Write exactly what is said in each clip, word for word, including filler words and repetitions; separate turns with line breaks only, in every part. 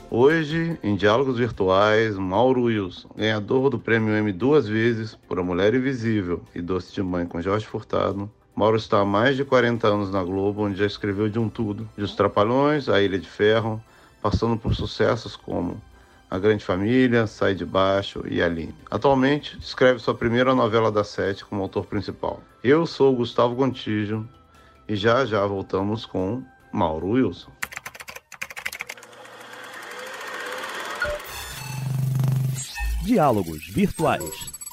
Hoje, em Diálogos Virtuais, Mauro Wilson, ganhador do Prêmio Emmy duas vezes por A Mulher Invisível e Doce de Mãe com Jorge Furtado, Mauro está há mais de quarenta anos na Globo, onde já escreveu de um tudo, de Os Trapalhões, A Ilha de Ferro, passando por sucessos como A Grande Família, Sai de Baixo e Aline. Atualmente, escreve sua primeira novela das sete como autor principal. Eu sou Gustavo Gontijo e já já voltamos com Mauro Wilson.
Diálogos Virtuais.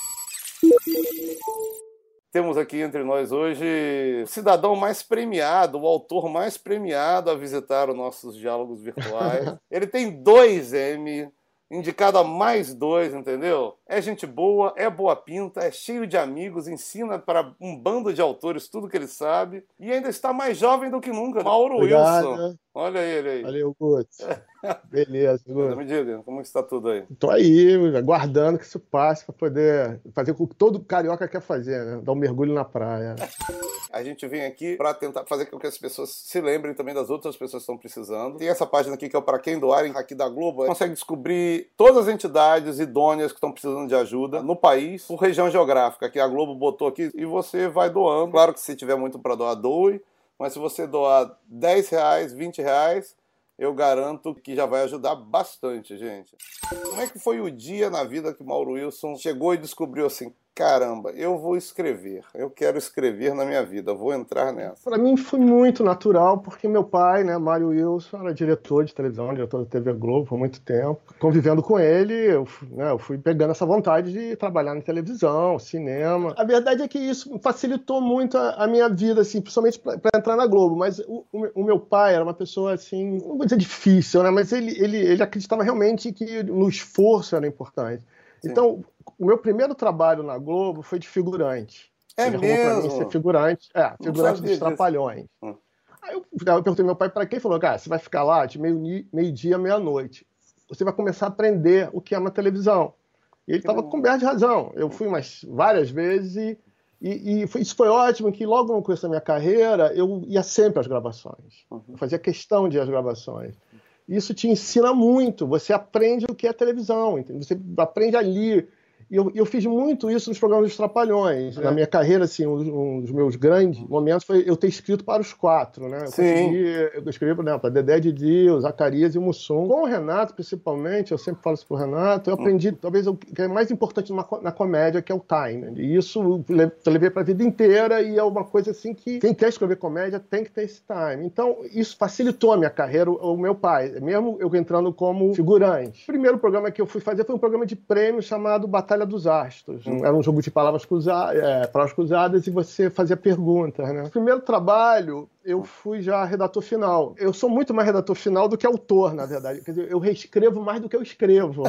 Temos aqui entre nós hoje o cidadão mais premiado, o autor mais premiado a visitar os nossos Diálogos Virtuais. Ele tem dois Emmy, indicado a mais dois, entendeu? É gente boa, é boa pinta, é cheio de amigos, ensina para um bando de autores tudo que ele sabe e ainda está mais jovem do que nunca. Mauro
Obrigado.
Wilson. Olha ele aí.
Valeu, Guto. Beleza, Guto.
Me diga, como está tudo aí?
Tô aí, aguardando que isso passe para poder fazer o que todo carioca quer fazer, né? Dar um mergulho na praia.
A gente vem aqui para tentar fazer com que as pessoas se lembrem também das outras pessoas que estão precisando. Tem essa página aqui que é o Para Quem Doarem, aqui da Globo. Você consegue descobrir todas as entidades idôneas que estão precisando de ajuda no país, por região geográfica, que a Globo botou aqui, e você vai doando. Claro que se tiver muito para doar, doe. Mas se você doar dez reais, vinte reais, eu garanto que já vai ajudar bastante, gente. Como é que foi o dia na vida que Mauro Wilson chegou e descobriu assim, caramba, eu vou escrever, eu quero escrever na minha vida, vou entrar nessa?
Para mim foi muito natural, porque meu pai, né, Mário Wilson, era diretor de televisão, diretor da T V Globo por muito tempo. Convivendo com ele, eu, né, eu fui pegando essa vontade de trabalhar na televisão, cinema. A verdade é que isso facilitou muito a, a minha vida, assim, principalmente para entrar na Globo. Mas o, o, o meu pai era uma pessoa, assim, não vou dizer difícil, né, mas ele, ele, ele acreditava realmente que no esforço era importante. Sim. Então, o meu primeiro trabalho na Globo foi de figurante.
É
ele
mesmo?
Pra mim ser figurante. É, figurante dos Trapalhões. Hum. Aí eu, eu perguntei ao meu pai para quem, ele falou, cara, você vai ficar lá de meio-dia, meio meia-noite. Você vai começar a aprender o que é uma televisão. E ele estava coberto de razão. Eu fui umas várias vezes e, e, e foi, isso foi ótimo, que logo no começo da minha carreira eu ia sempre às gravações. Uhum. Eu fazia questão de ir às gravações. Isso te ensina muito, você aprende o que é televisão, entendeu? Você aprende ali. E eu, eu fiz muito isso nos programas dos Trapalhões. É. Na minha carreira, assim, um, um dos meus grandes momentos foi eu ter escrito para os quatro, né? Eu, consegui, eu escrevi, por exemplo, para Dedé Didi, o Zacarias e o Mussum. Com o Renato, principalmente, eu sempre falo isso pro Renato, eu aprendi, hum. talvez, o que é mais importante numa, na comédia, que é o time. E isso eu levei para a vida inteira e é uma coisa, assim, que quem quer escrever comédia tem que ter esse time. Então, isso facilitou a minha carreira, o, o meu pai, mesmo eu entrando como figurante. O primeiro programa que eu fui fazer foi um programa de prêmio chamado Batalha dos Astros. Hum. Era um jogo de palavras, cruza é, palavras cruzadas e você fazia perguntas, né? O primeiro trabalho, eu fui já redator final. Eu sou muito mais redator final do que autor, na verdade. Quer dizer, eu reescrevo mais do que eu escrevo.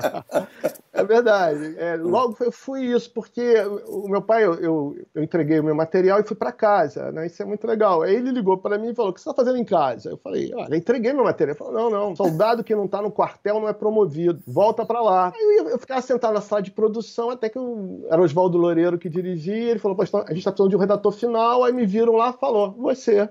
É verdade. É, logo eu fui isso, porque o meu pai, eu, eu, eu entreguei o meu material e fui para casa, né? Isso é muito legal. Aí ele ligou para mim e falou, o que você está fazendo em casa? Eu falei, olha, eu entreguei meu material. Ele falou, não, não, soldado que não está no quartel não é promovido, volta para lá. Aí eu, eu ficava sentado na sala de produção, até que eu, era o Oswaldo Loureiro que dirigia, ele falou, a gente está precisando de um redator final, aí me viram lá e falou, você.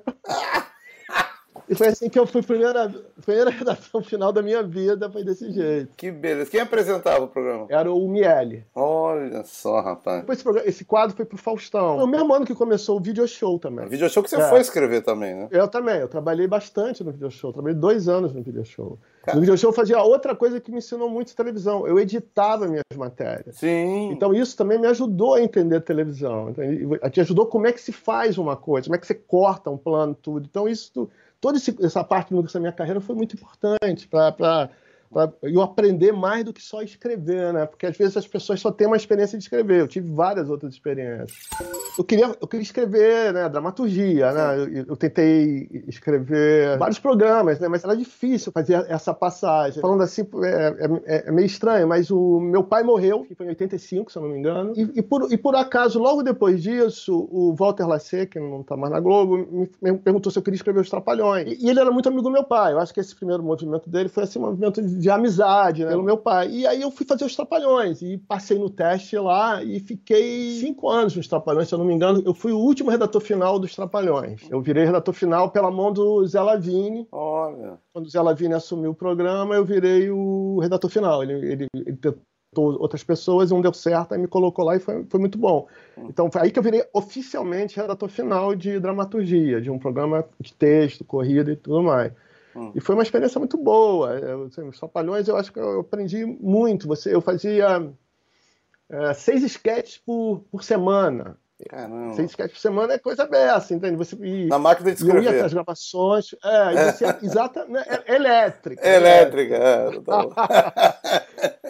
E foi assim que eu fui, a primeira, primeira redação final da minha vida, foi desse jeito.
Que beleza. Quem apresentava o programa?
Era o Miele.
Olha só, rapaz.
Depois esse, programa, esse quadro foi pro Faustão. Foi o mesmo ano que começou o Video Show também.
O Video Show que você é. foi escrever também, né?
Eu também. Eu trabalhei bastante no Video Show. Trabalhei dois anos no Video Show. Cara. No Video Show eu fazia outra coisa que me ensinou muito televisão. Eu editava minhas matérias.
Sim.
Então isso também me ajudou a entender televisão. Então, te ajudou como é que se faz uma coisa, como é que você corta um plano, tudo. Então isso... Toda essa parte da minha carreira foi muito importante para eu aprender mais do que só escrever, né? Porque às vezes as pessoas só têm uma experiência de escrever. Eu tive várias outras experiências. Eu queria, eu queria escrever, né, dramaturgia, né? Eu, eu tentei escrever vários programas, né? Mas era difícil fazer essa passagem. Falando assim, é, é, é meio estranho, mas o meu pai morreu, que foi em oitenta e cinco, se eu não me engano. E, e, por, e por acaso, logo depois disso, o Walter Lacer, que não está mais na Globo, me, me perguntou se eu queria escrever Os Trapalhões. E, e ele era muito amigo do meu pai. Eu acho que esse primeiro movimento dele foi assim, um movimento de de amizade, né, pelo meu pai. E aí eu fui fazer os Trapalhões e passei no teste lá e fiquei cinco anos nos Trapalhões, se eu não me engano. Eu fui o último redator final dos Trapalhões. Eu virei redator final pela mão do Zé Lavigne.
Olha.
Quando o Zé Lavigne assumiu o programa, eu virei o redator final. Ele, ele, ele tentou outras pessoas e um deu certo, aí me colocou lá e foi, foi muito bom. Então foi aí que eu virei oficialmente redator final de dramaturgia, de um programa de texto, corrida e tudo mais. Hum. E foi uma experiência muito boa. Eu, assim, os Trapalhões, eu acho que eu aprendi muito. Você, eu fazia é, seis sketches por, por semana.
Caramba.
Seis sketches por semana é coisa dessa, entende? Você, e,
Na máquina de escrever.
Eu ia para as gravações. É, e você, exata, né, é, elétrica.
Elétrica, é. Tá.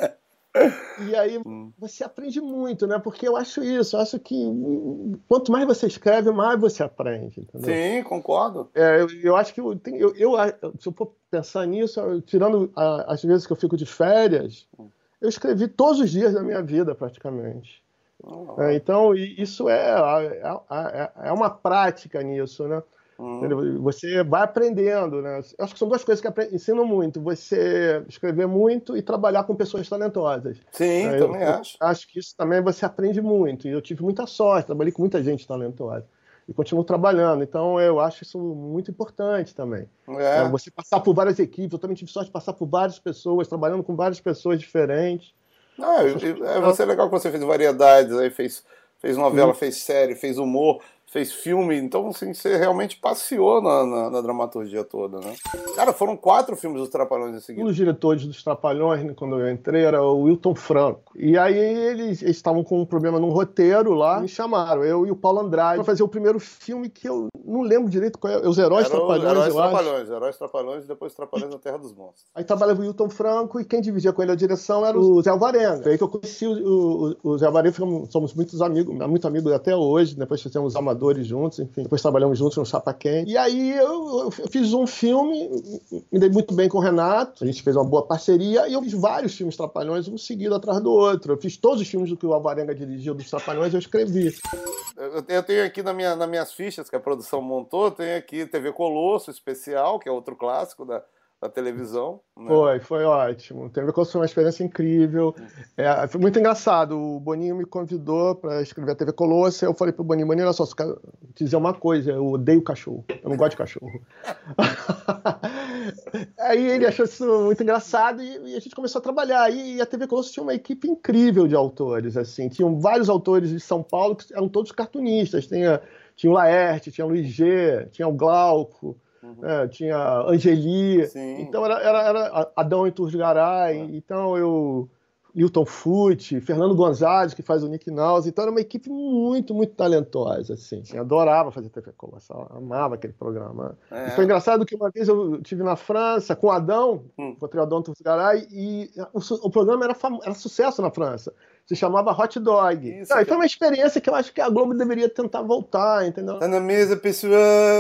E aí você aprende muito, né? Porque eu acho isso, eu acho que quanto mais você escreve, mais você aprende. Entendeu?
Sim, concordo.
É, eu, eu acho que eu, tenho, eu, eu, se eu for pensar nisso, eu, tirando a, as vezes que eu fico de férias, eu escrevi todos os dias da minha vida, praticamente. Oh. É, então, isso é, é, é, é uma prática nisso, né? Hum. Você vai aprendendo, né? Eu acho que são duas coisas que ensinam muito. Você escrever muito e trabalhar com pessoas talentosas.
Sim,
é,
também
eu,
acho.
Eu acho que isso também você aprende muito. E eu tive muita sorte, trabalhei com muita gente talentosa. E continuo trabalhando. Então, eu acho isso muito importante também.
É.
Você passar por várias equipes. Eu também tive sorte de passar por várias pessoas, trabalhando com várias pessoas diferentes.
Não, é, você é legal que você fez variedades, aí fez, fez novela, Sim. fez série, fez humor, fez filme, então assim, você realmente passeou na, na, na dramaturgia toda, né? Cara, foram quatro filmes dos Trapalhões em seguida.
Um dos diretores dos Trapalhões, né, quando eu entrei, era o Wilton Franco. E aí eles estavam com um problema num roteiro lá, me chamaram, eu e o Paulo Andrade, para fazer o primeiro filme que eu não lembro direito qual é, Os Heróis
era
Trapalhões,
Heróis
eu
Trapalhões,
acho.
Heróis Trapalhões e depois Trapalhões na Terra dos Monstros.
Aí trabalhava o Wilton Franco e quem dividia com ele a direção era o Zé Alvarenga. Foi aí que eu conheci o, o, o Zé Alvarenga, somos muitos amigos, muito amigos até hoje, depois fizemos Amadores juntos, enfim. Depois trabalhamos juntos no Chapa Quente. E aí eu, eu fiz um filme, me dei muito bem com o Renato, a gente fez uma boa parceria, e eu fiz vários filmes Trapalhões, um seguido atrás do outro. Eu fiz todos os filmes do que o Alvarenga dirigiu dos Trapalhões, eu escrevi.
Eu, eu tenho aqui na minha, nas minhas fichas que a produção montou, tem aqui T V Colosso Especial, que é outro clássico da, da televisão. Né?
Foi, foi ótimo. T V Colosso foi uma experiência incrível. É, foi muito engraçado. O Boninho me convidou para escrever a T V Colosso, eu falei pro Boninho, Boninho, olha só, só quero te dizer uma coisa, eu odeio cachorro, eu não gosto de cachorro. Aí ele achou isso muito engraçado e, e a gente começou a trabalhar. E, e a T V Colosso tinha uma equipe incrível de autores, assim. Tinham vários autores de São Paulo que eram todos cartunistas. Tinha, tinha o Laerte, tinha o Luiz G, tinha o Glauco, uhum. é, tinha a Angeli.
Sim.
Então era, era, era Adão e Turgaray. É. Então eu... Newton Fute, Fernando Gonzalez, que faz o Nick Nause. Então era uma equipe muito, muito talentosa, assim. Eu adorava fazer T V Colosso, amava aquele programa. É. E foi engraçado que uma vez eu estive na França com o Adão, hum. encontrei o Adão Turgaray, e o, o programa era, fam... era sucesso na França. Se chamava Hot Dog. Isso, ah, e foi uma experiência que eu acho que a Globo deveria tentar voltar, entendeu?
Tá na mesa, pessoal!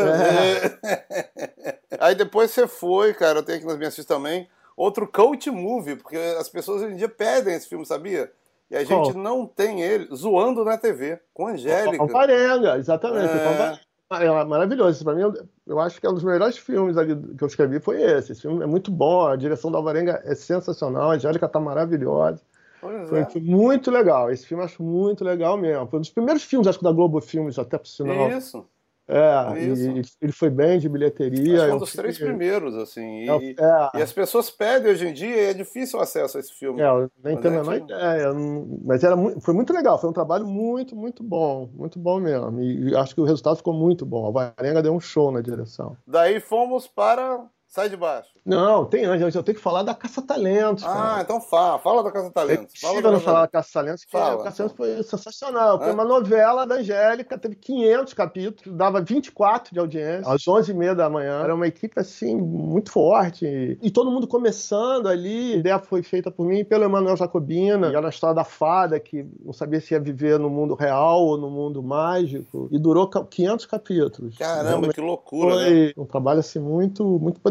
É. Aí depois você foi, cara, eu tenho aqui nas minhas fichas também, outro cult movie, porque as pessoas hoje em dia pedem esse filme, sabia? E a gente oh. não tem ele, Zoando na T V, com Angélica.
Alvarenga, exatamente. É... é maravilhoso. Para mim, eu, eu acho que é um dos melhores filmes ali que eu escrevi foi esse. Esse filme é muito bom, a direção da Alvarenga é sensacional, a Angélica tá maravilhosa. Foi, é. foi muito legal. Esse filme eu acho muito legal mesmo. Foi um dos primeiros filmes, acho que da Globo Filmes, até por sinal.
Isso.
É, e ele foi bem de bilheteria.
Acho que é um dos três que... primeiros, assim. E, é. e as pessoas pedem hoje em dia e é difícil o acesso a esse filme.
É, eu nem tenho a menor ideia. Mas era muito, foi muito legal, foi um trabalho muito, muito bom. Muito bom mesmo. E acho que o resultado ficou muito bom. A Alvarenga deu um show na direção.
Daí fomos para... Sai de Baixo.
Não, tem antes. Eu tenho que falar da Caça-Talentos.
Ah,
cara.
então fala. Fala da Caça-Talentos.
É possível não falar da Caça-Talentos, porque a Caça-Talentos foi sensacional. Foi é? uma novela da Angélica, teve quinhentos capítulos, dava vinte e quatro de audiência, às onze e meia da manhã. Era uma equipe, assim, muito forte. E todo mundo começando ali. A ideia foi feita por mim e pelo Emanuel Jacobina. E era a história da fada, que não sabia se ia viver no mundo real ou no mundo mágico. E durou quinhentos capítulos.
Caramba, que loucura,
foi
né?
um trabalho, assim, muito, muito poderoso.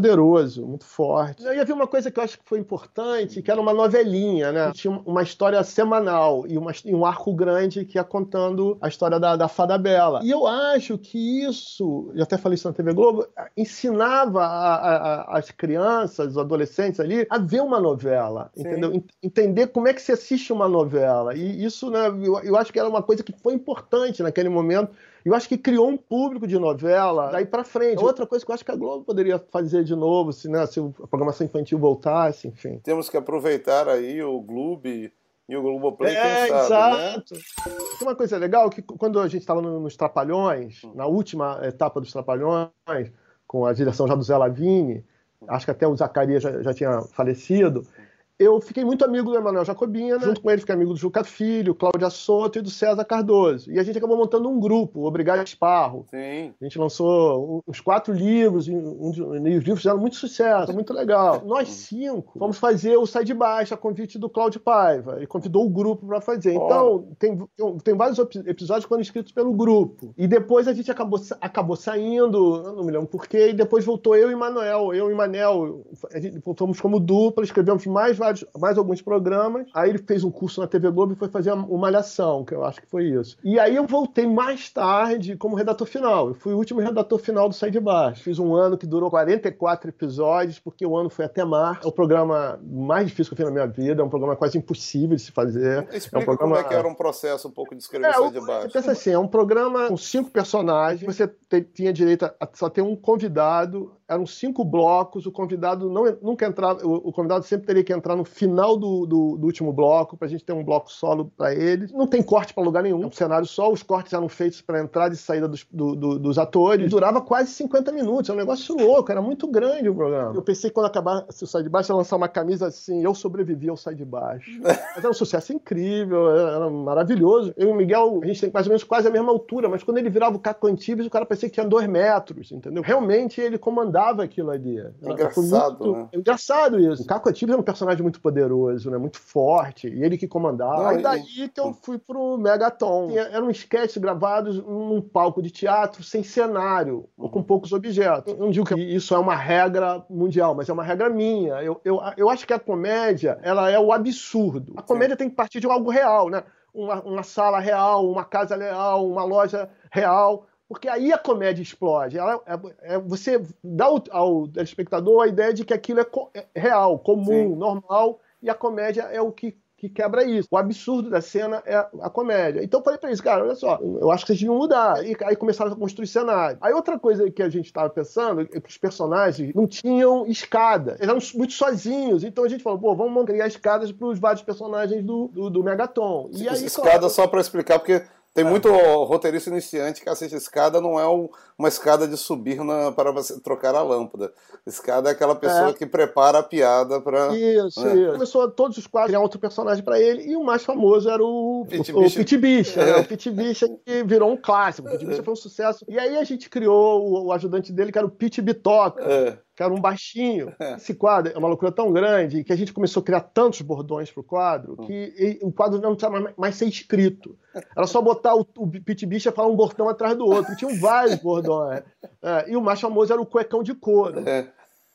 poderoso, muito forte. Eu ia ver uma coisa que eu acho que foi importante, que era uma novelinha, né? Tinha uma história semanal e, uma, e um arco grande que ia contando a história da, da Fada Bela. E eu acho que isso, eu até falei isso na T V Globo, ensinava a, a, as crianças, os adolescentes ali, a ver uma novela, Sim. entendeu? Entender como é que se assiste uma novela. E isso, né, eu, eu acho que era uma coisa que foi importante naquele momento. Eu acho que criou um público de novela daí pra frente. Outra coisa que eu acho que a Globo poderia fazer de novo, se, né, se a programação infantil voltasse, enfim.
Temos que aproveitar aí o Globo e o Globoplay,
é,
quem sabe,
exato.
Né?
Tem uma coisa legal, que quando a gente estava nos Trapalhões, na última etapa dos Trapalhões, com a direção já do Zé Lavigne, acho que até o Zacarias já, já tinha falecido, eu fiquei muito amigo do Emanuel Jacobina, junto com ele fiquei amigo do Juca Filho, Cláudia Soto e do César Cardoso. E a gente acabou montando um grupo, o Obrigado Esparro.
Sim.
A gente lançou uns quatro livros, e um, os livros fizeram muito sucesso, muito legal. Nós cinco fomos fazer o Sai de Baixo, a convite do Cláudio Paiva. Ele convidou o grupo para fazer. Então, tem, tem vários episódios que foram escritos pelo grupo. E depois a gente acabou, acabou saindo, eu não me lembro porquê, e depois voltou eu e Manuel, eu e Manel, a gente voltamos como dupla, escrevemos mais vários mais alguns programas, aí ele fez um curso na T V Globo e foi fazer uma Malhação, que eu acho que foi isso. E aí eu voltei mais tarde como redator final. Eu fui o último redator final do Sai de Baixo. Fiz um ano que durou quarenta e quatro episódios, porque o ano foi até março. É o programa mais difícil que eu fiz na minha vida, é um programa quase impossível de se fazer.
Explica
é um programa...
como é que era um processo um pouco de escrever
é,
Sai de Baixo.
Você pensa assim, é um programa com cinco personagens, você te, tinha direito a só ter um convidado, eram cinco blocos, o convidado não, nunca entrava, o, o convidado sempre teria que entrar no final do, do, do último bloco, pra gente ter um bloco solo pra eles. Não tem corte pra lugar nenhum, é um cenário só, os cortes eram feitos pra entrada e saída dos, do, do, dos atores. E durava quase cinquenta minutos, é um negócio louco, era muito grande o programa. Eu pensei que quando acabasse o Sai de Baixo, ia lançar uma camisa assim, eu sobrevivi ao Sai de Baixo. Mas era um sucesso incrível, era maravilhoso. Eu e o Miguel, a gente tem mais ou menos quase a mesma altura, mas quando ele virava o Caco Antibes, o cara parecia que tinha dois metros, entendeu? Realmente ele comandava aquilo ali. Era,
engraçado,
muito...
né?
Engraçado isso. O Caco Antibes era um personagem muito poderoso, né? Muito forte, e ele que comandava. Não, Aí daí e... que eu fui pro Megaton. Eram sketches gravados num palco de teatro sem cenário, uhum. ou com poucos objetos. Eu não digo que isso é uma regra mundial, mas é uma regra minha. Eu, eu, eu acho que a comédia, ela é o absurdo. A comédia Sim. tem que partir de algo real, né? Uma, uma sala real, uma casa real, uma loja real, porque aí a comédia explode. Ela, é, é, você dá ao, ao telespectador a ideia de que aquilo é, co é real, comum, Sim. normal, e a comédia é o que, que quebra isso. O absurdo da cena é a comédia. Então eu falei pra eles, cara, olha só, eu acho que vocês deviam mudar. E aí começaram a construir cenário. Aí outra coisa que a gente estava pensando é que os personagens não tinham escada. Eles eram muito sozinhos. Então a gente falou, pô, vamos criar escadas para os vários personagens do, do, do Megaton. E aí,
escada claro, só para explicar, porque tem é. muito roteirista iniciante que assiste escada, não é um, uma escada de subir na, para você trocar a lâmpada. Escada é aquela pessoa é. que prepara a piada para...
Isso, né? isso. Começou todos os quatro criar outro personagem para ele, e o mais famoso era o Pitibicha, né? O Pitibicha que virou um clássico. O Pitibicha foi um sucesso. E aí a gente criou o, o ajudante dele, que era o Piti Bitoca. É. Que era um baixinho. Esse quadro é uma loucura tão grande que a gente começou a criar tantos bordões pro quadro que ele, o quadro não precisava mais, mais ser escrito. Era só botar o, o Pit Bicha e falar um bordão atrás do outro. E tinham vários bordões. É, e o mais famoso era o cuecão de couro. É.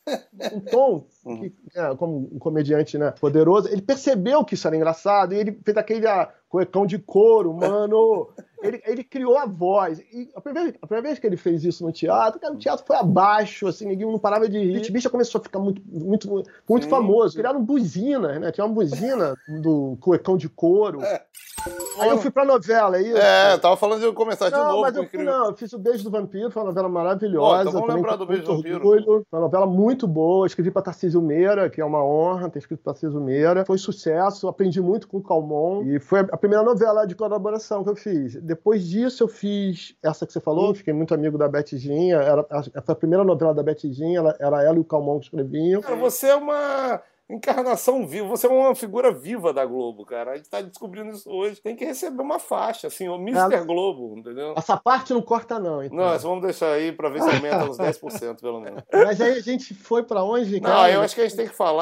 Um Tom, que, é, como um comediante, né, poderoso, ele percebeu que isso era engraçado e ele fez aquele ah, cuecão de couro, mano. Ele, ele criou a voz. E a primeira, a primeira vez que ele fez isso no teatro, cara, o teatro foi abaixo, assim, ninguém não parava de rir. O bicho começou a ficar muito, muito, muito famoso. Criaram buzinas, né? Tinha uma buzina do cuecão de couro. É. Aí eu fui pra novela, é isso?
É, eu tava falando de começar de
não,
novo.
Mas eu, fui, não, eu fiz o Beijo do Vampiro, foi uma novela maravilhosa.
Oh, então vamos lembrar do Beijo do Vampiro.
Orgulho. Foi uma novela muito boa, escrevi pra Tarcísio Meira, que é uma honra ter escrito pra Tarcísio Meira. Foi sucesso, aprendi muito com o Calmon. E foi a primeira novela de colaboração que eu fiz. Depois disso eu fiz essa que você falou, fiquei muito amigo da Betinha, era, foi a primeira novela da Betinha, ela, era ela e o Calmon que escreviam.
Cara, você é uma encarnação viva, você é uma figura viva da Globo, cara. A gente tá descobrindo isso hoje. Tem que receber uma faixa, assim, o mister É, Globo, entendeu?
Essa parte não corta não, então.
Não, vamos deixar aí pra ver se aumenta uns dez por cento, pelo menos.
Mas aí a gente foi pra onde,
cara? Não, eu acho que a gente tem que falar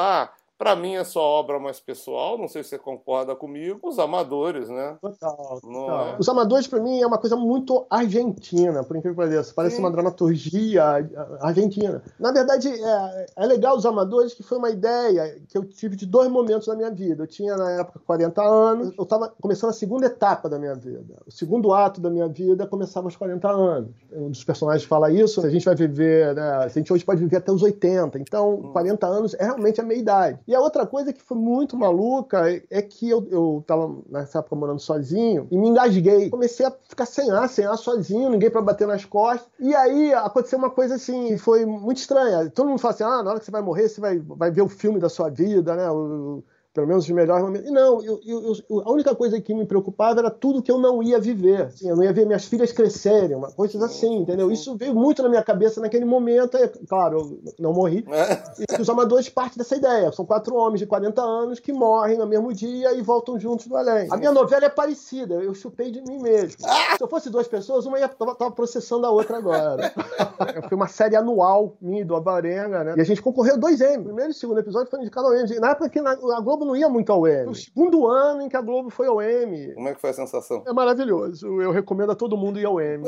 Para mim é sua obra mais pessoal, não sei se você concorda comigo, Os Amadores, né?
Total,
Não
total.
é?
Os Amadores, para mim, é uma coisa muito argentina, por incrível que pareça. Parece
Sim.
uma dramaturgia argentina. Na verdade, é, é legal Os Amadores, que foi uma ideia que eu tive de dois momentos da minha vida. Eu tinha, na época, quarenta anos, eu estava começando a segunda etapa da minha vida. O segundo ato da minha vida começava aos quarenta anos. Um dos personagens fala isso, a gente vai viver, né? A gente hoje pode viver até os oitenta, então hum. quarenta anos é realmente a meia idade. E a outra coisa que foi muito maluca é que eu, eu tava nessa época morando sozinho e me engasguei. Comecei a ficar sem ar, sem ar sozinho, ninguém pra bater nas costas. E aí aconteceu uma coisa assim, que foi muito estranha. Todo mundo fala assim, ah, na hora que você vai morrer, você vai, vai ver o filme da sua vida, né? O, pelo menos os melhores momentos. E não, eu, eu, eu, a única coisa que me preocupava era tudo que eu não ia viver. Assim, eu não ia ver minhas filhas crescerem, uma coisa assim, entendeu? Isso veio muito na minha cabeça naquele momento. E, claro, eu não morri. E Os Amadores partem dessa ideia. São quatro homens de quarenta anos que morrem no mesmo dia e voltam juntos do além. A minha novela é parecida, eu chupei de mim mesmo. Se eu fosse duas pessoas, uma ia tava processando a outra agora. Foi uma série anual minha e do Alvarenga, né? E a gente concorreu dois Emmy. O primeiro e o segundo episódio foram indicados ao Emmy. Na época que a Globo não ia muito ao Emmy. O segundo ano em que a Globo foi ao Emmy.
Como é que foi a sensação?
É maravilhoso. Eu recomendo a todo mundo ir ao Emmy.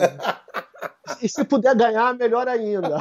E se puder ganhar, melhor ainda.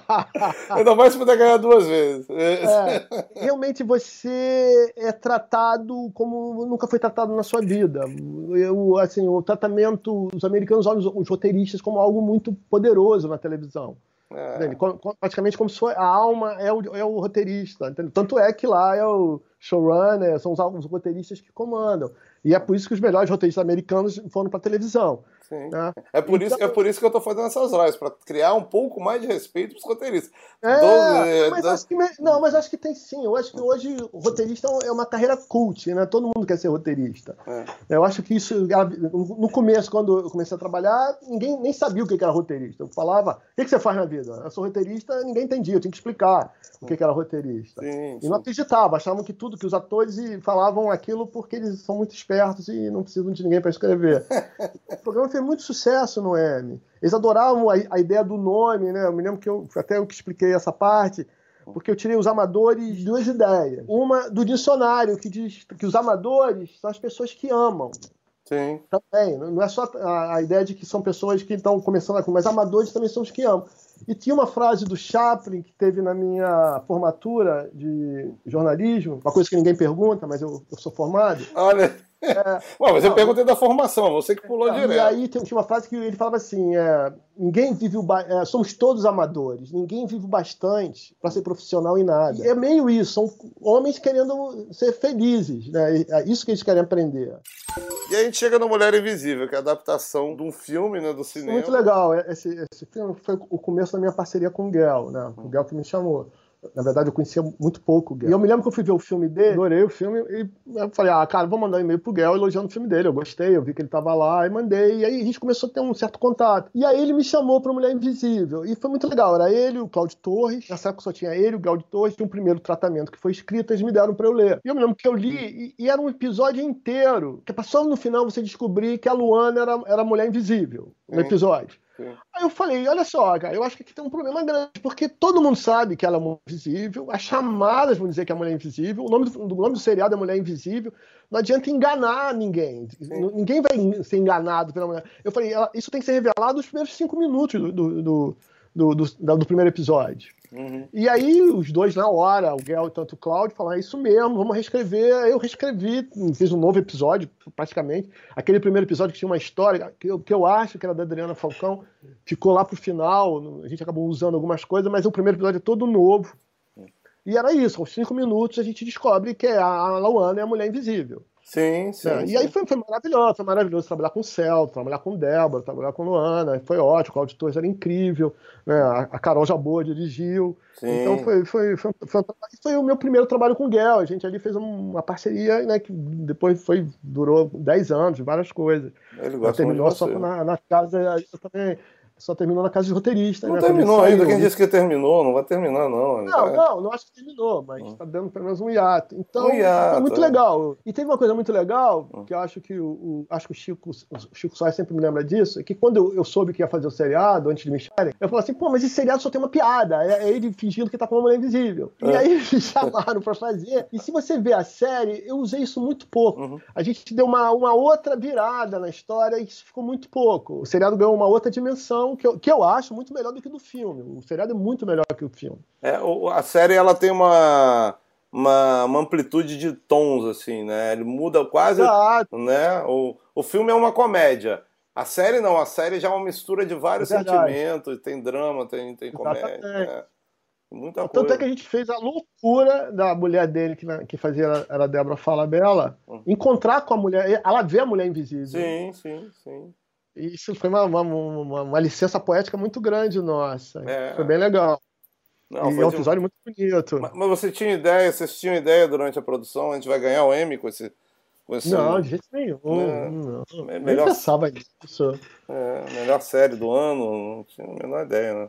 Ainda mais se puder ganhar duas vezes.
É, realmente você é tratado como nunca foi tratado na sua vida. Eu, assim, o tratamento, os americanos olham os, os roteiristas como algo muito poderoso na televisão. É. Praticamente como se a alma é o, é o roteirista. Entendeu? Tanto é que lá é o showrunner, são os, os roteiristas que comandam. E é por isso que os melhores roteiristas americanos foram para a televisão.
Sim.
Né?
É, por
então,
isso, é por isso que eu estou fazendo essas lives, para criar um pouco mais de respeito para os roteiristas.
É,
Doze,
mas
doze...
acho que, não, mas acho que tem sim. Eu acho que hoje o roteirista é uma carreira cult, né? Todo mundo quer ser roteirista. É. Eu acho que isso, no começo, quando eu comecei a trabalhar, ninguém nem sabia o que era roteirista. Eu falava, o que você faz na vida? Eu sou roteirista, ninguém entendia, eu tinha que explicar o que era roteirista. Sim, sim. E não acreditava, achavam que tudo, que os atores falavam aquilo porque eles são muito espertos e não precisam de ninguém para escrever. O programa fez muito sucesso no Emmy. Eles adoravam a, a ideia do nome, né? Eu me lembro que eu, até eu que expliquei essa parte, porque eu tirei Os Amadores duas ideias. Uma do dicionário, que diz que os amadores são as pessoas que amam.
Sim.
Também, não é só a, a ideia de que são pessoas que estão começando a... Mas amadores também são os que amam. E tinha uma frase do Chaplin que teve na minha formatura de jornalismo, uma coisa que ninguém pergunta, mas eu, eu sou formado.
Olha... É, Ué, mas não, eu perguntei da formação, você que pulou é, direto.
E aí tinha uma frase que ele falava assim, é, ninguém vive o ba... é, somos todos amadores, ninguém vive o bastante para ser profissional em nada. E é meio isso, são homens querendo ser felizes, né? É isso que eles querem aprender.
E aí a gente chega no Mulher Invisível, que é a adaptação de um filme, né, do cinema.
Muito legal, esse, esse filme foi o começo da minha parceria com o Guel, né? O Guel que me chamou. Na verdade, eu conhecia muito pouco o Guel. E eu me lembro que eu fui ver o filme dele, adorei o filme, e eu falei, ah, cara, vou mandar um e-mail pro Guel elogiando o filme dele. Eu gostei, eu vi que ele tava lá, e mandei. E aí a gente começou a ter um certo contato. E aí ele me chamou pra Mulher Invisível. E foi muito legal. Era ele, o Cláudio Torres. Nessa época só tinha ele, o Cláudio Torres. Tinha um primeiro tratamento que foi escrito, eles me deram pra eu ler. E eu me lembro que eu li, e, e era um episódio inteiro. Que passou no final você descobrir que a Luana era, era a Mulher Invisível, no episódio. Sim. Aí eu falei, olha só, cara, eu acho que aqui tem um problema grande, porque todo mundo sabe que ela é Mulher Invisível, as chamadas vão dizer que é Mulher Invisível, o nome do, do nome do seriado é Mulher Invisível, não adianta enganar ninguém, Sim. ninguém vai ser enganado pela mulher. Eu falei, ela, isso tem que ser revelado nos primeiros cinco minutos do, do, do, do, do, do primeiro episódio. Uhum. E aí os dois na hora, o Guel e tanto o Cláudio, falaram, é isso mesmo, vamos reescrever. Eu reescrevi, fiz um novo episódio, praticamente. Aquele primeiro episódio que tinha uma história, que eu, que eu acho que era da Adriana Falcão, ficou lá pro final, a gente acabou usando algumas coisas, mas o primeiro episódio é todo novo. E era isso, aos cinco minutos a gente descobre que a Luana é a Mulher Invisível.
Sim, sim.
É,
sim.
E aí foi, foi maravilhoso, foi maravilhoso trabalhar com o Celso, trabalhar com Débora, trabalhar com Luana, foi ótimo, o Cláudio Torres era incrível, né? a, a Carol Jabboa dirigiu, sim. Então foi, foi, foi, foi, foi o meu primeiro trabalho com o Guel, a gente ali fez uma parceria, né, que depois foi, durou dez anos, várias coisas.
Ele gosta
terminou
muito de
só
você.
na, na casa, eu também... só terminou na casa de roteirista.
Não
né?
terminou ainda, quem disse que terminou? Não vai terminar, não.
Não, vai... não, não acho que terminou, mas está hum. dando pelo menos um hiato. Então,
um hiato,
foi muito
é.
legal. E teve uma coisa muito legal, hum. que eu acho que o, o, acho que o Chico, o Chico Soares sempre me lembra disso, é que quando eu, eu soube que ia fazer o seriado, antes de me chamarem, eu falei assim, pô, mas esse seriado só tem uma piada, é, é ele fingindo que tá com uma mulher invisível. É. E aí me chamaram pra fazer, e se você ver a série, eu usei isso muito pouco. Uhum. A gente deu uma, uma outra virada na história e isso ficou muito pouco. O seriado ganhou uma outra dimensão que eu, que eu acho muito melhor do que do filme. O seriado é muito melhor que o filme.
É, a série ela tem uma, uma, uma amplitude de tons, assim, né? Ele muda quase... Exato. Né? O, o filme é uma comédia. A série não, a série já é uma mistura de vários é sentimentos, tem drama, tem, tem comédia. É. Muita
Tanto
coisa.
é que a gente fez a loucura da mulher dele, que, que fazia, era a Débora Falabella, hum. encontrar com a mulher, ela vê a mulher invisível.
Sim, sim, sim.
E isso foi uma, uma, uma, uma licença poética muito grande nossa.
É.
Foi bem legal.
Não,
e é um episódio de... muito bonito.
Mas, mas você tinha ideia, vocês tinham ideia durante a produção, a gente vai ganhar o Emmy com esse... Com esse
não, de jeito nenhum. É, não.
É melhor...
Nem pensava nisso.
É, melhor série do ano, não tinha a menor ideia, né?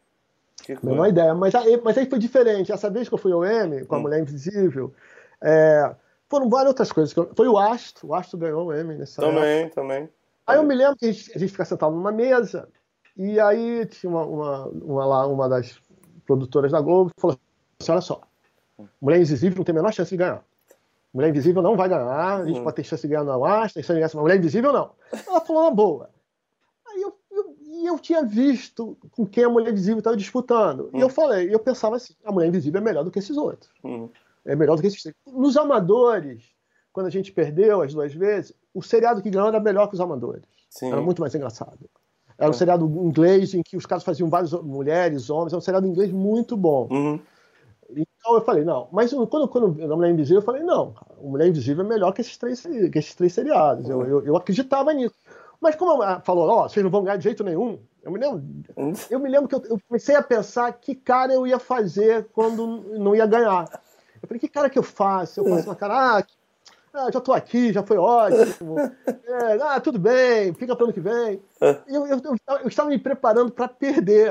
Menor ideia, mas aí, mas aí foi diferente. Essa vez que eu fui ao Emmy, com a hum. Mulher Invisível, é, foram várias outras coisas. Que eu, foi o Astro, o Astro ganhou o Emmy nessa
Também,
época.
também.
Aí eu me lembro que a gente, a gente fica sentado numa mesa, e aí tinha uma, uma, uma, lá, uma das produtoras da Globo que falou assim, olha só, Mulher Invisível não tem a menor chance de ganhar. Mulher Invisível não vai ganhar, a gente hum. pode ter chance de ganhar no Astro, tem chance de ganhar, mas Mulher Invisível não. Ela falou na boa. Aí eu, eu, e eu tinha visto com quem a Mulher Invisível estava disputando. Hum. E eu falei, eu pensava assim, a Mulher Invisível é melhor do que esses outros. Hum. É melhor do que esses três. Nos Amadores, quando a gente perdeu as duas vezes, o seriado que ganhou era melhor que os Amadores. Sim. Era muito mais engraçado. Era um é. seriado inglês em que os caras faziam várias mulheres, homens. Era um seriado inglês muito bom. Uhum. Então eu falei, não. Mas quando, quando a Mulher Invisível, eu falei, não, a Mulher Invisível é melhor que esses três, que esses três seriados. Uhum. Eu, eu, eu acreditava nisso. Mas como ela falou, ó, oh, vocês não vão ganhar de jeito nenhum, eu me lembro, uhum. eu, me lembro que eu, eu comecei a pensar que cara eu ia fazer quando não ia ganhar. Eu falei, que cara que eu faço? Eu faço uma cara, ah, Ah, já tô aqui, já foi ótimo. É, ah, tudo bem, fica pro ano que vem. Eu, eu, eu, eu estava me preparando para perder.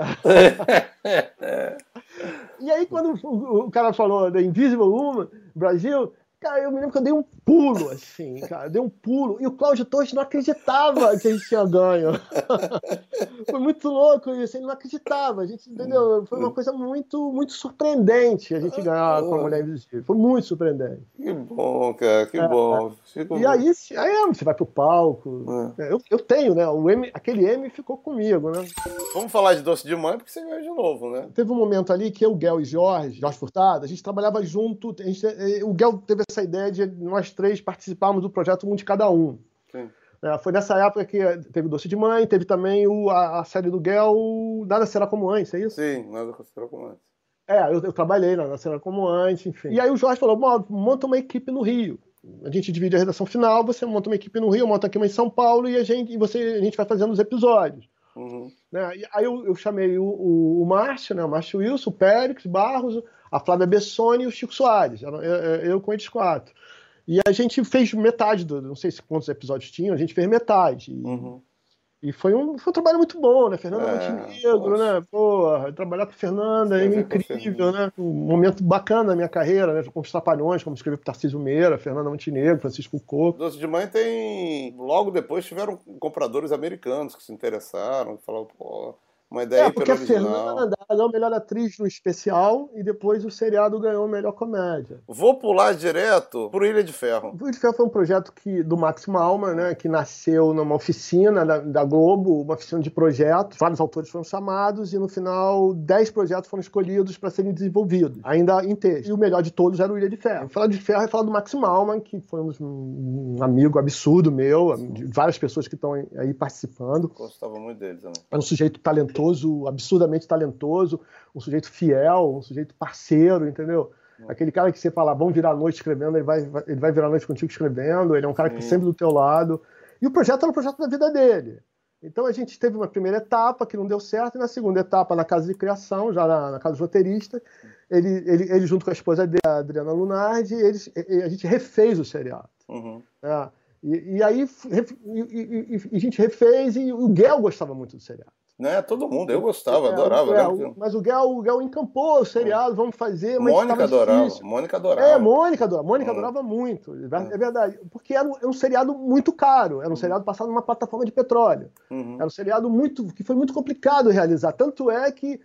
E aí, quando o, o cara falou da Invisible Woman, Brasil, cara, eu me lembro que eu dei um pulo, assim, cara, dei um pulo. E o Cláudio Torres não acreditava que a gente tinha ganho. Foi muito louco isso, ele não acreditava. A gente, entendeu? Foi uma coisa muito, muito surpreendente a gente ganhar com a Mulher Invisível. Foi muito surpreendente.
Que bom, cara, que é, bom. Fico...
E aí, aí você vai pro palco. É. Eu, eu tenho, né? O M, aquele M ficou comigo, né?
Vamos falar de Doce de Mãe, porque você ganhou de novo, né?
Teve um momento ali que eu, Guel e Jorge, Jorge Furtado, a gente trabalhava junto. A gente, o Guel teve essa ideia de nós três participarmos do projeto Um de Cada Um. Sim. É, foi nessa época que teve Doce de Mãe, teve também o, a, a série do Guel, Nada Será Como Antes, é isso?
Sim, Nada Será Como Antes.
É, eu, eu trabalhei na Nada Será Como Antes, enfim. E aí o Jorge falou, monta uma equipe no Rio. A gente divide a redação final, você monta uma equipe no Rio, monta aqui uma em São Paulo e a gente, e você, a gente vai fazendo os episódios. Uhum. Né? E aí eu, eu chamei o, o, o Márcio, né? O Márcio Wilson, o Périx Barros, a Flávia Bessoni e o Chico Soares. Eu, eu, eu com eles quatro. E a gente fez metade, do, não sei quantos episódios tinham, a gente fez metade. E, uhum. e foi, um, foi um trabalho muito bom, né? Fernanda é, Montenegro, né? Porra, trabalhar com a Fernanda é incrível, né? Um momento bacana na minha carreira, né? Com os Trapalhões, como escrevi para Tarcísio Meira, Fernanda Montenegro, Francisco Coco.
Doce de Mãe tem... Logo depois tiveram compradores americanos que se interessaram, que falaram, pô... Uma ideia
é, porque a Fernanda ganhou a melhor atriz no especial e depois o seriado ganhou a melhor comédia.
Vou pular direto pro Ilha de Ferro.
O Ilha de Ferro foi um projeto que, do Max Malman, né, que nasceu numa oficina da, da Globo, uma oficina de projetos. Vários autores foram chamados e no final dez projetos foram escolhidos para serem desenvolvidos, ainda em texto. E o melhor de todos era o Ilha de Ferro. Falar de Ferro é falar do Max Malman, que foi um, um amigo absurdo meu, de várias pessoas que estão aí participando.
Gostava muito dele também.
Era um sujeito talentoso, absurdamente talentoso, um sujeito fiel, um sujeito parceiro, entendeu? Hum. Aquele cara que você fala, vamos virar a noite escrevendo, ele vai, ele vai virar a noite contigo escrevendo, ele é um cara Sim. que está sempre do teu lado. E o projeto era o projeto da vida dele. Então a gente teve uma primeira etapa que não deu certo, e na segunda etapa, na casa de criação, já na, na casa dos roteiristas, ele, ele, ele junto com a esposa dele, a Adriana Lunardi, eles, a gente refez o seriado. Uhum. É. E, e aí e, e, e a gente refez e o Guel gostava muito do seriado.
Né? Todo mundo, eu gostava, é, adorava.
É, o, mas o Guel, o Guel encampou o seriado, vamos fazer, mas
Mônica adorava, Mônica adorava.
É, Mônica adorava, Mônica hum. adorava muito, é verdade, porque era um, era um seriado muito caro, era um seriado passado numa plataforma de petróleo, uhum. era um seriado muito, que foi muito complicado de realizar, tanto é que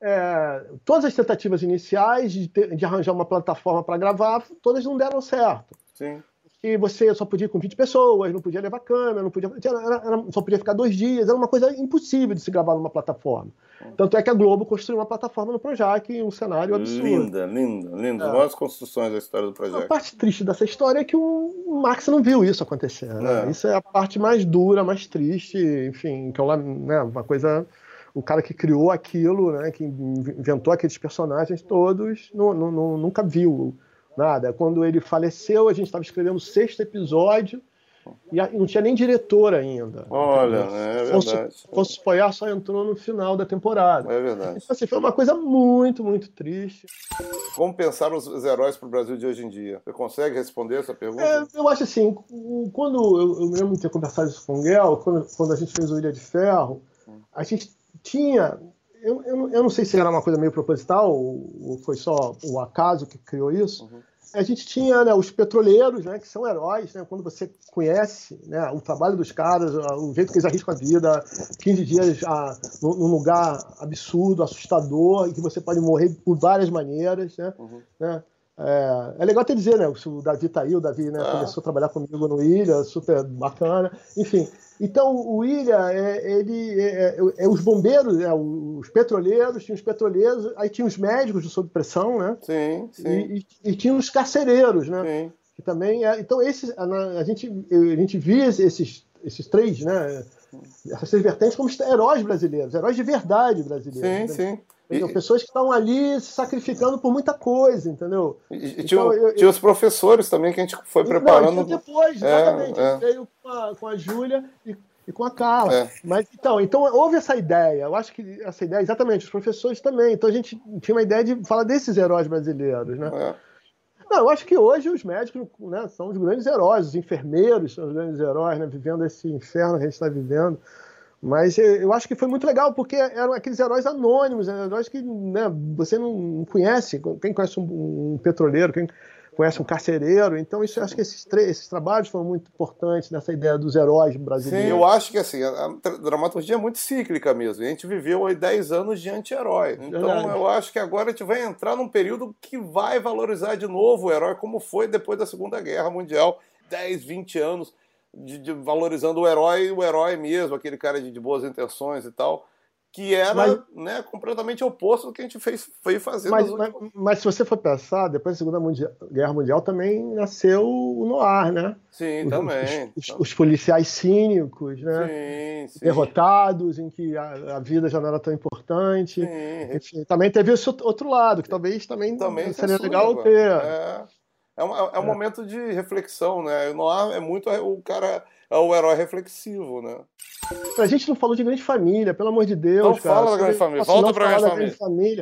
é, todas as tentativas iniciais de, ter, de arranjar uma plataforma para gravar, todas não deram certo.
Sim.
Que você só podia ir com vinte pessoas, não podia levar câmera, não podia, era, era, só podia ficar dois dias, era uma coisa impossível de se gravar numa plataforma. Tanto é que a Globo construiu uma plataforma no Projac, um cenário absurdo.
Linda, linda, linda. As maiores construções da história do Projac.
A parte triste dessa história é que o Max não viu isso acontecer. Né? É. Isso é a parte mais dura, mais triste, enfim, que é uma, né, uma coisa... O cara que criou aquilo, né, que inventou aqueles personagens todos, não, não, não, nunca viu nada. Quando ele faleceu, a gente estava escrevendo o sexto episódio e não tinha nem diretor ainda.
Olha, é verdade.
Fonso Poyar só entrou no final da temporada.
É verdade.
Então, assim, foi uma coisa muito, muito triste.
Como pensar os heróis para o Brasil de hoje em dia? Você consegue responder essa pergunta?
É, eu acho assim, quando eu, eu me lembro de ter conversado isso com o Guel, quando, quando a gente fez o Ilha de Ferro, a gente tinha... Eu, eu, eu não sei se era uma coisa meio proposital ou foi só o acaso que criou isso. Uhum. A gente tinha, né, os petroleiros, né, que são heróis, né, quando você conhece, né, o trabalho dos caras, o jeito que eles arriscam a vida, quinze dias ah, num lugar absurdo, assustador, e que você pode morrer por várias maneiras. Né, uhum. né. É, é legal até dizer, né, o Davi tá aí, o Davi, né, ah. começou a trabalhar comigo no Ilha, super bacana, enfim. Então, o Ilha, é, ele, é, é, é os bombeiros, é, os petroleiros, tinha os petroleiros, aí tinha os médicos de sob pressão, né?
Sim, sim.
E, e, e tinha os carcereiros, né?
Sim.
Que também é, então, esses, a, a, gente, a gente via esses, esses três, né? Essas três vertentes como heróis brasileiros, heróis de verdade brasileiros.
Sim,
né?
sim.
E, pessoas que estão ali se sacrificando por muita coisa, entendeu?
E, e então, tinha, eu, tinha os professores também que a gente foi preparando.
Não, depois, exatamente.
É, é.
Veio com a, com a Júlia e, e com a Carla.
É.
Mas, então, então, houve essa ideia. Eu acho que essa ideia, exatamente, os professores também. Então a gente tinha uma ideia de falar desses heróis brasileiros, né?
É.
Não, eu acho que hoje os médicos, né, são os grandes heróis, os enfermeiros são os grandes heróis, né, vivendo esse inferno que a gente está vivendo. Mas eu acho que foi muito legal, porque eram aqueles heróis anônimos, heróis que, né, você não conhece. Quem conhece um, um petroleiro, quem conhece um carcereiro. Então, isso, eu acho que esses, esses trabalhos foram muito importantes nessa ideia dos heróis brasileiros.
Sim, eu acho que assim, a, a dramaturgia é muito cíclica mesmo. A gente viveu aí dez anos de anti-herói. Então, verdade. Eu acho que agora a gente vai entrar num período que vai valorizar de novo o herói, como foi depois da Segunda Guerra Mundial, dez, vinte anos. De, de, valorizando o herói, o herói mesmo, aquele cara de, de boas intenções e tal, que era mas, né, completamente oposto do que a gente fez, foi fazendo.
Mas, mas, mas se você for pensar, depois da Segunda Mundial, Guerra Mundial também nasceu o noir, né?
Sim,
os,
também.
Os, os, os policiais cínicos, né?
Sim, sim.
Derrotados, em que a, a vida já não era tão importante.
Sim.
Enfim, também teve esse outro lado, que talvez também,
também
seria legal ter.
É. É um, é um é. momento de reflexão, né? O noir é muito o cara, é o herói reflexivo, né?
A gente não falou de Grande Família, pelo amor de Deus,
não
cara.
Fala da Grande Família, volta pra Grande Família.
Família.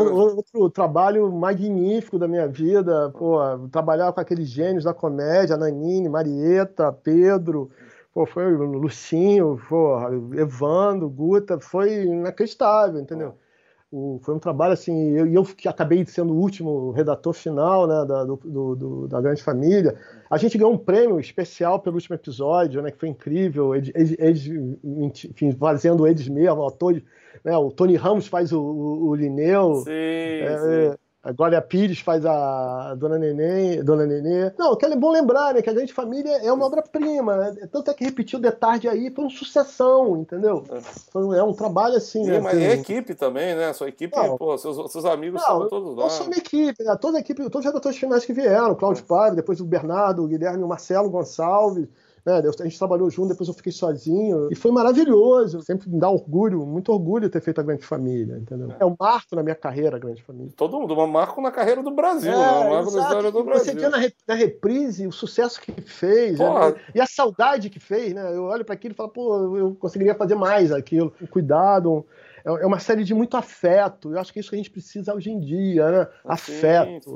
Outro trabalho magnífico da minha vida, pô, trabalhar com aqueles gênios da comédia, Nanine, Marieta, Pedro, pô, foi o Lucinho, pô, Evandro, Guta, foi inacreditável, entendeu? O, foi um trabalho assim, e eu, eu que acabei sendo o último redator final, né, da, do, do, da Grande Família. A gente ganhou um prêmio especial pelo último episódio, né, que foi incrível, eles, eles, enfim, fazendo eles mesmo, atores, né, o Tony Ramos faz o, o, o Linneu,
sim,
é,
sim.
A Glória Pires faz a Dona Nenê, Dona Nenê. Não, que é bom lembrar, né, que a Grande Família é uma obra-prima, né? Tanto é que repetiu de tarde aí, foi uma sucessão, entendeu? Foi, é um trabalho assim,
sim,
né?
Mas é equipe também, né? Sua equipe,
não,
pô, seus, seus amigos
não,
são todos lá.
Não só minha equipe, né? Toda a equipe, todos os redatores finais que vieram, Cláudio é. Paiva, depois o Bernardo, o Guilherme, o Marcelo Gonçalves. É, a gente trabalhou junto, depois eu fiquei sozinho. E foi maravilhoso. Sempre me dá orgulho, muito orgulho ter feito a Grande Família, entendeu? É, é um marco na minha carreira, a Grande Família.
Todo mundo, um marco na carreira do Brasil,
é,
né? Um marco
exato.
na história do Brasil.
Você vê na, na reprise o sucesso que fez, né? E a saudade que fez, né? Eu olho para aquilo e falo, pô, eu conseguiria fazer mais aquilo. Um cuidado, é uma série de muito afeto. Eu acho que é isso que a gente precisa hoje em dia, né?
Sim,
afeto.
Sim.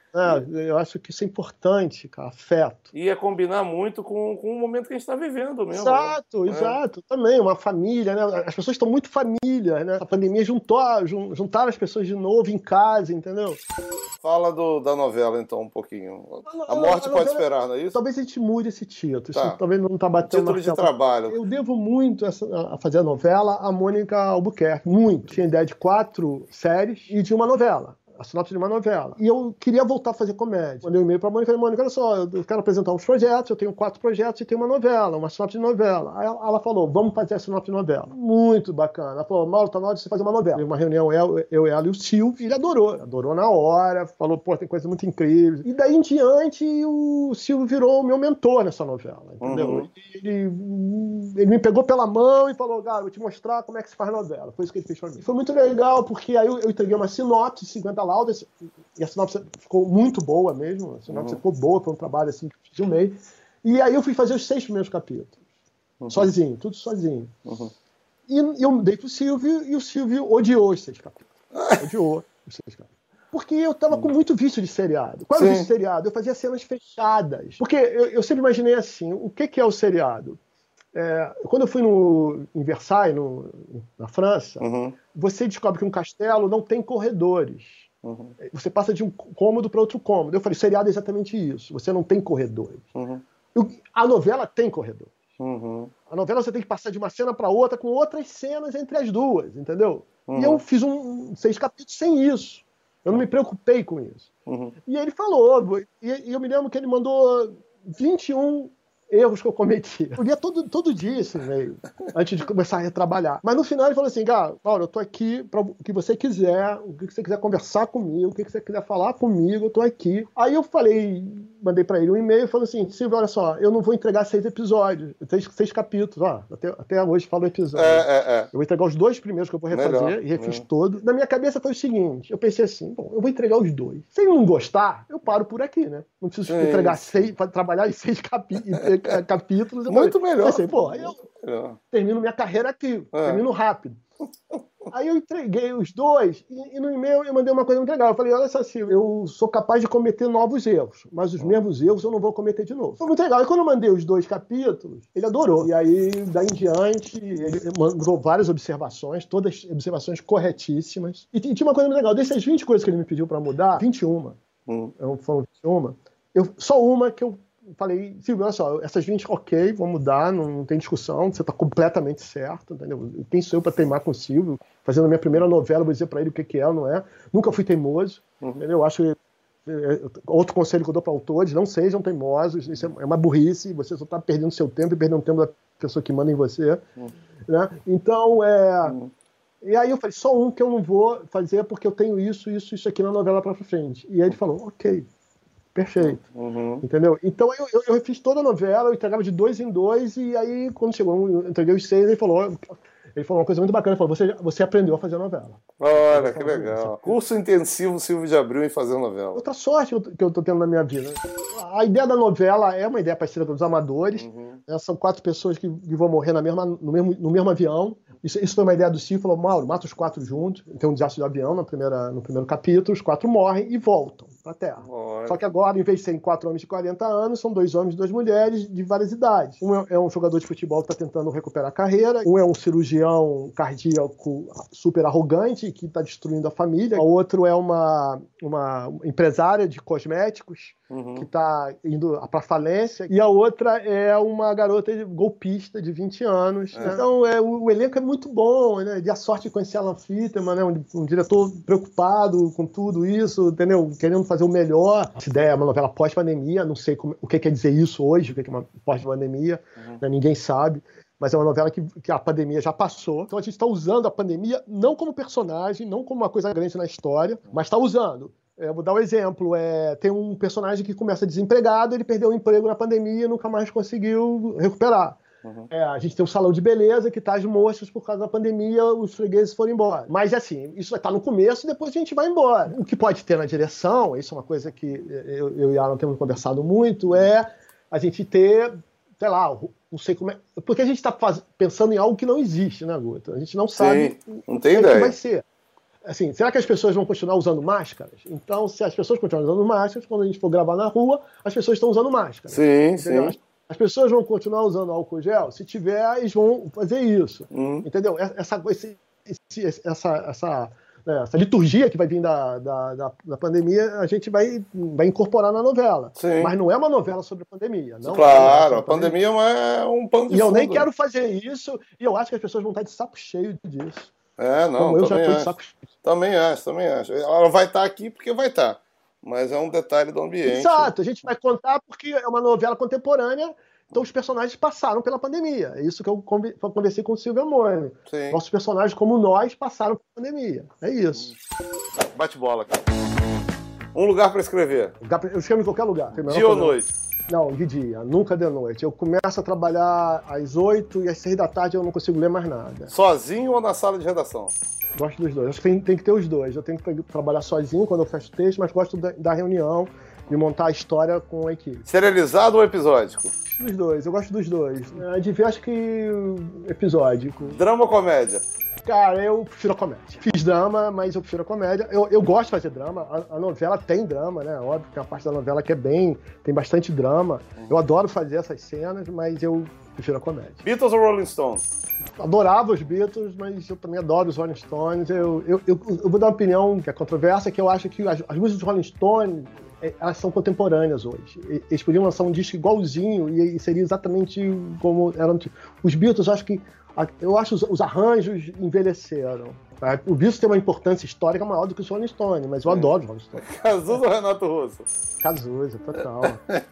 É, eu acho que isso é importante, cara, afeto.
E ia combinar muito com, com o momento que a gente está vivendo mesmo.
Exato,
né?
exato. É. Também, uma família, né? As pessoas estão muito família, né? A pandemia juntou, juntaram as pessoas de novo em casa, entendeu?
Fala do, da novela, então, um pouquinho. A, a Morte a Pode novela, Esperar, não é isso?
Talvez a gente mude esse título.
Tá.
Isso talvez não está batendo.
Título de trabalho.
Eu devo muito essa, a fazer a novela a Mônica Albuquerque. Muito. Tinha ideia de quatro séries e de uma novela. A sinopse de uma novela. E eu queria voltar a fazer comédia. Mandei um e-mail pra Mônica e falei, Mônica, olha só, eu quero apresentar uns projetos, eu tenho quatro projetos e tenho uma novela, uma sinopse de novela. Aí ela falou, vamos fazer a sinopse de novela. Muito bacana. Ela falou, Mauro, tá na hora de você fazer uma novela. Teve uma reunião, eu, eu, ela e o Silvio, e ele adorou. Adorou na hora, falou, pô, tem coisa muito incrível. E daí em diante, o Silvio virou o meu mentor nessa novela, entendeu? Uhum. Ele, ele me pegou pela mão e falou, cara, vou te mostrar como é que se faz novela. Foi isso que ele fez pra mim. Foi muito legal, porque aí eu, eu entreguei uma sinopse, cinquenta laudas, e a sinopse ficou muito boa mesmo, a sinopse uhum. ficou boa, foi um trabalho assim que eu filmei, e aí eu fui fazer os seis primeiros capítulos, uhum. sozinho, tudo sozinho. Uhum. E eu dei pro Silvio, e o Silvio odiou os seis capítulos. Odiou os seis capítulos. Porque eu tava uhum. com muito vício de seriado. Qual era o vício de seriado? Eu fazia cenas fechadas. Porque eu, eu sempre imaginei assim, o que, que é o seriado? É, quando eu fui no, em Versailles, no, na França, uhum. você descobre que um castelo não tem corredores. Uhum. Você passa de um cômodo para outro cômodo. Eu falei, seriado é exatamente isso. Você não tem corredores. Uhum. Eu, a novela tem corredores. Uhum. A novela você tem que passar de uma cena para outra com outras cenas entre as duas, entendeu? Uhum. E eu fiz um, seis capítulos sem isso. Eu não me preocupei com isso. Uhum. E ele falou, e, e eu me lembro que ele mandou vinte e um erros que eu cometi. Eu lia todo, todo dia esse e-mail, antes de começar a retrabalhar. Mas no final ele falou assim, cara, Mauro, eu tô aqui para o que você quiser, o que você quiser conversar comigo, o que você quiser falar comigo, eu tô aqui. Aí eu falei, mandei para ele um e-mail e falei assim, Silvio, olha só, eu não vou entregar seis episódios, seis, seis capítulos, ó, até, até hoje falo episódio. É, é, é. Eu vou entregar os dois primeiros que eu vou refazer, melhor, e refiz todos. Na minha cabeça foi o seguinte, eu pensei assim, bom, eu vou entregar os dois. Se ele não gostar, eu paro por aqui, né? Não preciso sim, entregar sim. seis, para trabalhar em seis capítulos. capítulos. Eu
Muito
falei,
melhor.
Pensei, pô, aí eu é. termino minha carreira aqui, é. termino rápido. Aí eu entreguei os dois e, e no e-mail eu mandei uma coisa muito legal. Eu falei, olha só, Silvio, eu sou capaz de cometer novos erros, mas os mesmos erros eu não vou cometer de novo. Foi muito legal. E quando eu mandei os dois capítulos, ele adorou. E aí, daí em diante, ele mandou várias observações, todas observações corretíssimas. E, e tinha uma coisa muito legal. Dessas vinte coisas que ele me pediu para mudar, vinte e uma, hum. foram vinte e uma, eu, só uma que eu falei, Silvio, olha só, essas vinte, ok, vou mudar, não, não tem discussão, você está completamente certo, entendeu? Quem sou eu para teimar com o Silvio? Fazendo a minha primeira novela, vou dizer para ele o que, que é ou não é. Nunca fui teimoso, uhum. entendeu? Eu acho que é, outro conselho que eu dou para autores, não sejam teimosos, isso é uma burrice, você só está perdendo seu tempo e perdendo o tempo da pessoa que manda em você, uhum. né? Então, é... Uhum. E aí eu falei, só um que eu não vou fazer porque eu tenho isso, isso, isso aqui na novela para frente. E aí ele falou, ok. Perfeito. Uhum. Entendeu? Então eu, eu, eu fiz toda a novela, eu entregava de dois em dois, e aí quando chegou, eu entreguei os seis, ele falou, ele falou uma coisa muito bacana, ele falou, você, você aprendeu a fazer novela.
Olha, que legal. Curso intensivo Silvio de Abril em fazer novela.
Outra sorte que eu estou tendo na minha vida. A ideia da novela é uma ideia parecida com os Amadores, uhum. né? São quatro pessoas que, que vão morrer na mesma, no, mesmo, no mesmo avião. Isso, isso foi uma ideia do Silvio, falou, Mauro, mata os quatro juntos, tem um desastre de avião na primeira, no primeiro capítulo, os quatro morrem e voltam pra Terra. Olha. Só que agora, em vez de serem quatro homens de quarenta anos, são dois homens e duas mulheres de várias idades. Um é, é um jogador de futebol que está tentando recuperar a carreira, um é um cirurgião cardíaco super arrogante que está destruindo a família, o outro é uma, uma empresária de cosméticos, uhum. que está indo para falência, e a outra é uma garota golpista de vinte anos. É. Então, é, o, o elenco é muito bom, né? E a sorte de conhecer Alan Fitterman, né? um, um diretor preocupado com tudo isso, entendeu? Querendo fazer o melhor. Essa ideia é uma novela pós-pandemia, não sei como, o que quer dizer isso hoje, o que é uma pós-pandemia, uhum. né? Ninguém sabe. Mas é uma novela que, que a pandemia já passou. Então a gente está usando a pandemia não como personagem, não como uma coisa grande na história, mas está usando. É, vou dar um exemplo. É, tem um personagem que começa desempregado, ele perdeu o emprego na pandemia e nunca mais conseguiu recuperar. Uhum. É, a gente tem um salão de beleza que tá as moças por causa da pandemia, os fregueses foram embora. Mas assim, isso vai estar no começo e depois a gente vai embora. O que pode ter na direção, isso é uma coisa que eu, eu e Alan temos conversado muito, é a gente ter, sei lá, não sei como é... Porque a gente está pensando em algo que não existe, né, Guto? A gente não sabe
Sim, não tem
o
ideia.
que vai ser. assim, será que as pessoas vão continuar usando máscaras? Então, se as pessoas continuarem usando máscaras, quando a gente for gravar na rua, as pessoas estão usando máscaras.
Sim, entendeu?
sim. As pessoas vão continuar usando álcool gel? Se tiver, eles vão fazer isso.
Uhum.
Entendeu? Essa, esse, esse, essa, essa, né, essa liturgia que vai vir da, da, da, da pandemia, a gente vai, vai incorporar na novela.
Sim.
Mas não é uma novela sobre a pandemia. Não
claro,
é
a pandemia é um pano de
E
fundo.
eu nem quero fazer isso, e eu acho que as pessoas vão estar de saco cheio disso.
É, não,
Como eu já
também
estou
acho.
de saco cheio.
Também acho, também acho. Ela vai estar aqui porque vai estar. Mas é um detalhe do ambiente.
Exato, a gente vai contar porque é uma novela contemporânea. Então os personagens passaram pela pandemia. É isso que eu conversei com o Silvio Amoni.
Sim.
Nossos personagens, como nós, passaram pela pandemia. É isso.
Bate bola, cara. Um lugar para escrever.
Eu escrevo em qualquer lugar.
Dia ou noite?
Não, de dia. Nunca de noite. Eu começo a trabalhar às oito e às seis da tarde eu não consigo ler mais nada.
Sozinho ou na sala de redação?
Gosto dos dois. Acho que tem, tem que ter os dois. Eu tenho que trabalhar sozinho quando eu fecho texto, mas gosto da, da reunião, de montar a história com a equipe.
Serializado ou episódico?
Dos dois, eu gosto dos dois. É, de ver, acho que episódico.
Drama ou comédia?
Cara, eu prefiro a comédia. Fiz drama, mas eu prefiro a comédia. Eu, eu gosto de fazer drama. A, a novela tem drama, né? Óbvio que tem uma parte da novela que é bem... Tem bastante drama. Eu adoro fazer essas cenas, mas eu prefiro a comédia.
Beatles ou Rolling Stones?
Adorava os Beatles, mas eu também adoro os Rolling Stones. Eu, eu, eu, eu vou dar uma opinião que é controversa, que eu acho que as, as músicas dos Rolling Stones... elas são contemporâneas hoje. Eles podiam lançar um disco igualzinho e seria exatamente como eram. Os Beatles, eu acho que eu acho os, os arranjos envelheceram. O Beatles tem uma importância histórica maior do que os Rolling Stones, mas eu adoro os Rolling Stones.
Cazuza ou Renato Russo?
Cazuza, total.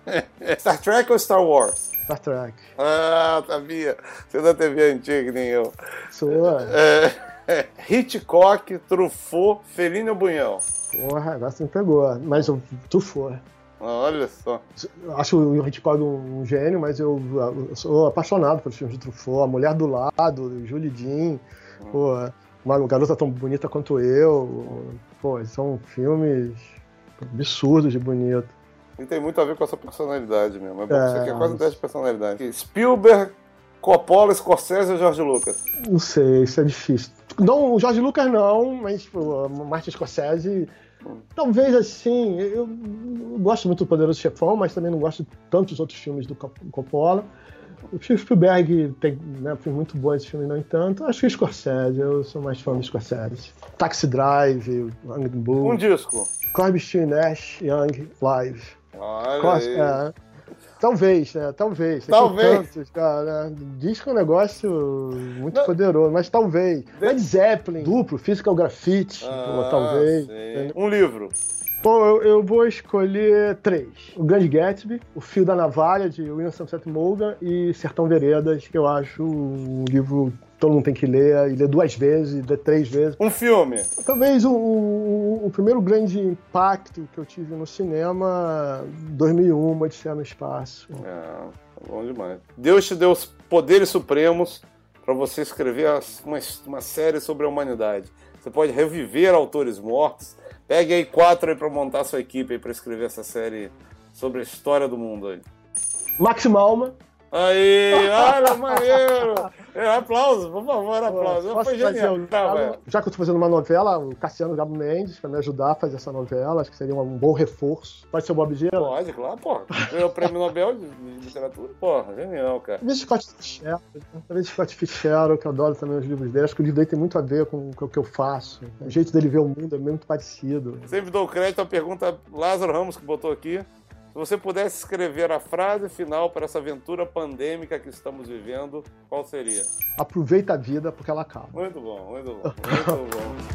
Star Trek ou Star Wars?
Star Trek.
Ah, sabia. Você é da T V antiga, que nem eu.
Sou.
É, é, Hitchcock, Truffaut, Fellini ou Buñuel?
Porra, agora você me pegou. Mas eu Truffaut.
Olha só.
Acho o Hitchcock um gênio, mas eu, eu sou apaixonado pelos filmes de Truffaut. A Mulher do Lado, Julie Dean, hum. pô, Uma Garota Tão Bonita Quanto Eu. Pô, são filmes absurdos de bonito.
E tem muito a ver com a sua personalidade mesmo. É bom
é,
que você quer quase dez de personalidade. Spielberg, Coppola, Scorsese ou George Lucas?
Não sei, isso é difícil. Não, o George Lucas não, mas pô, Martin Scorsese... Talvez assim, eu gosto muito do Poderoso Chefão, mas também não gosto tanto dos outros filmes do Coppola. O Spielberg tem, né, filmes muito bons, esses filmes não entanto. Acho que o Scorsese, eu sou mais fã do Scorsese. Taxi Drive, Young Bull.
Um disco.
Crosby, Stills, Nash, Young, Live.
Olha
Cos-
aí.
É, talvez, né? Talvez.
Talvez.
Tantos, cara. Disco é um negócio muito
não.
poderoso, mas talvez. De... Led Zeppelin, duplo, Physical Graffiti,
ah,
pô, talvez.
Sim. Um livro.
Bom, eu, eu vou escolher três. O Grande Gatsby, O Fio da Navalha, de William Somerset Maugham, e Sertão Veredas, que eu acho um livro que todo mundo tem que ler, e ler duas vezes, ler três vezes.
Um filme.
Talvez o, o, o primeiro grande impacto que eu tive no cinema, dois mil e um, Odisseia no Espaço.
É, bom demais. Deus te deu os poderes supremos para você escrever uma, uma série sobre a humanidade. Você pode reviver autores mortos. Pegue aí quatro aí pra montar a sua equipe aí pra escrever essa série sobre a história do mundo aí.
Max Malma.
Aí, olha, maneiro! É, aplausos, por favor, aplausos.
Posso
Foi genial.
um,
Tá,
já que eu tô fazendo uma novela, o Cassiano Gabo Mendes, pra me ajudar a fazer essa novela, acho que seria um bom reforço. Pode ser o Bob Dylan?
Pode, claro, porra. Ganhou o prêmio Nobel de, de literatura, porra, genial, cara.
Talvez Scott Fitzgerald, talvez Scott Fitzgerald, que eu adoro também os livros dele. Acho que o livro dele tem muito a ver com, com o que eu faço. O jeito dele ver o mundo é muito parecido.
Sempre dou crédito à pergunta Lázaro Ramos, que botou aqui. Se você pudesse escrever a frase final para essa aventura pandêmica que estamos vivendo, qual seria?
Aproveita a vida, porque ela acaba.
Muito bom, muito bom, muito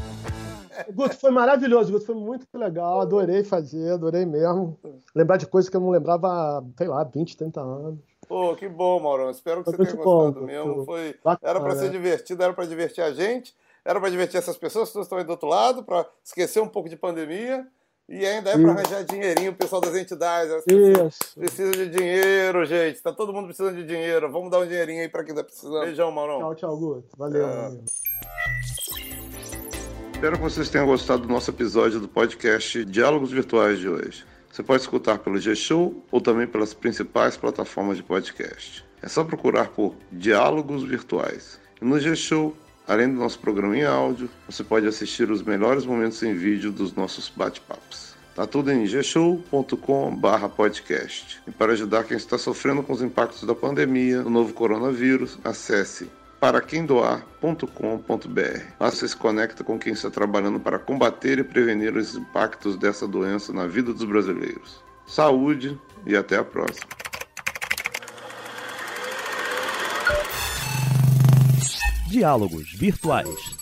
bom.
Guto, foi maravilhoso, Guto, foi muito legal, adorei fazer, adorei mesmo. Lembrar de coisas que eu não lembrava há, sei lá, vinte, trinta anos.
Pô, que bom, Maurão, espero que
Foi
você tenha
bom,
gostado mesmo. Foi...
Bacana,
Era para ser divertido, era para divertir a gente, era para divertir essas pessoas que estão aí do outro lado, para esquecer um pouco de pandemia. E ainda é para arranjar dinheirinho, o pessoal das entidades. As pessoas precisam de dinheiro, gente. Tá todo mundo precisando de dinheiro. Vamos dar um dinheirinho aí para quem tá precisando. Beijão, Maurão.
Tchau, tchau, Guto. Valeu,
é.
amigo.
Espero que vocês tenham gostado do nosso episódio do podcast Diálogos Virtuais de hoje. Você pode escutar pelo G-Show ou também pelas principais plataformas de podcast. É só procurar por Diálogos Virtuais. E no G-Show, Além do nosso programa em áudio, você pode assistir os melhores momentos em vídeo dos nossos bate-papos. Tá tudo em g show ponto com barra podcast. E para ajudar quem está sofrendo com os impactos da pandemia, do novo coronavírus, acesse para quem doar ponto com ponto b r. Lá você se conecta com quem está trabalhando para combater e prevenir os impactos dessa doença na vida dos brasileiros. Saúde e até a próxima.
Diálogos Virtuais.